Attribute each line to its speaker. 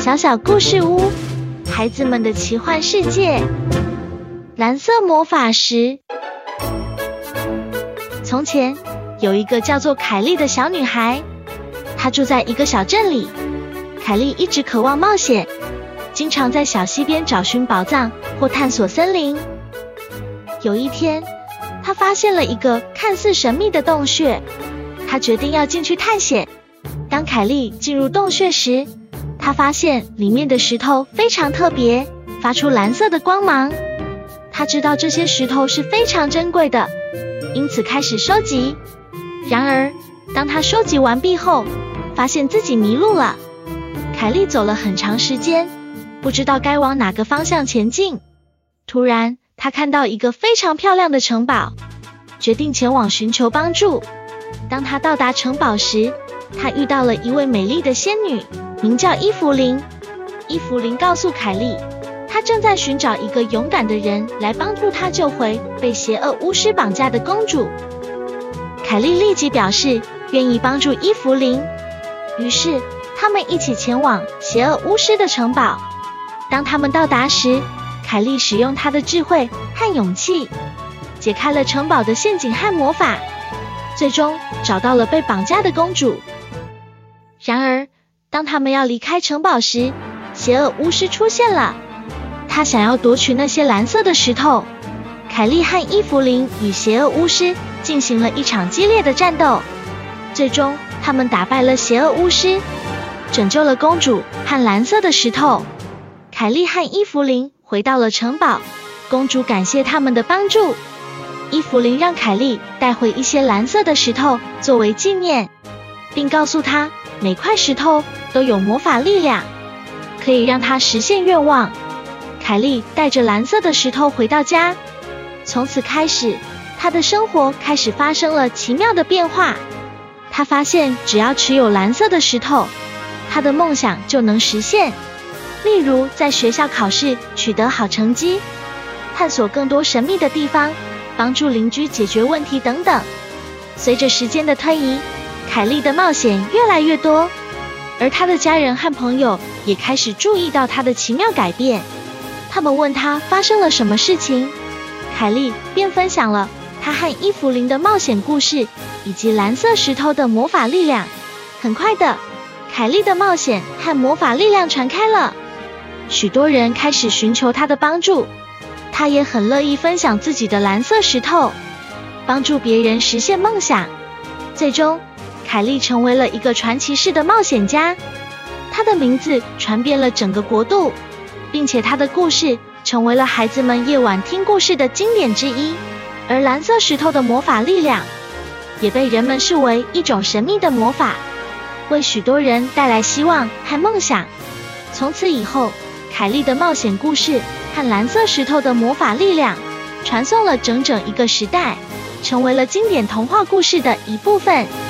Speaker 1: 小小故事屋，孩子们的奇幻世界。蓝色魔法石。从前有一个叫做凯莉的小女孩，她住在一个小镇里。凯莉一直渴望冒险，经常在小溪边找寻宝藏或探索森林。有一天，她发现了一个看似神秘的洞穴，她决定要进去探险。当凯莉进入洞穴时，她发现里面的石头非常特别，发出蓝色的光芒。她知道这些石头是非常珍贵的，因此开始收集。然而，当她收集完毕后，发现自己迷路了。凯莉走了很长时间，不知道该往哪个方向前进。突然，她看到一个非常漂亮的城堡，决定前往寻求帮助。当她到达城堡时，她遇到了一位美丽的仙女，名叫伊芙琳。伊芙琳告诉凯莉，她正在寻找一个勇敢的人来帮助她救回被邪恶巫师绑架的公主。凯莉立即表示愿意帮助伊芙琳，于是他们一起前往邪恶巫师的城堡。当他们到达时，凯莉使用她的智慧和勇气，解开了城堡的陷阱和魔法，最终找到了被绑架的公主。然而，当他们要离开城堡时，邪恶巫师出现了，他想要夺取那些蓝色的石头。凯莉和伊芙琳与邪恶巫师进行了一场激烈的战斗，最终他们打败了邪恶巫师，拯救了公主和蓝色的石头。凯莉和伊芙琳回到了城堡，公主感谢他们的帮助。伊芙琳让凯莉带回一些蓝色的石头作为纪念，并告诉她每块石头都有魔法力量，可以让她实现愿望。凯莉带着蓝色的石头回到家，从此开始，她的生活开始发生了奇妙的变化。她发现只要持有蓝色的石头，她的梦想就能实现。例如在学校考试取得好成绩，探索更多神秘的地方，帮助邻居解决问题等等。随着时间的推移，凯莉的冒险越来越多，而她的家人和朋友也开始注意到她的奇妙改变。他们问她发生了什么事情，凯莉便分享了她和伊芙琳的冒险故事，以及蓝色石头的魔法力量。很快的，凯莉的冒险和魔法力量传开了，许多人开始寻求她的帮助。她也很乐意分享自己的蓝色石头，帮助别人实现梦想。最终，凯莉成为了一个传奇式的冒险家，她的名字传遍了整个国度，并且她的故事成为了孩子们夜晚听故事的经典之一。而蓝色石头的魔法力量也被人们视为一种神秘的魔法，为许多人带来希望和梦想。从此以后，凯莉的冒险故事和蓝色石头的魔法力量传颂了整整一个时代，成为了经典童话故事的一部分。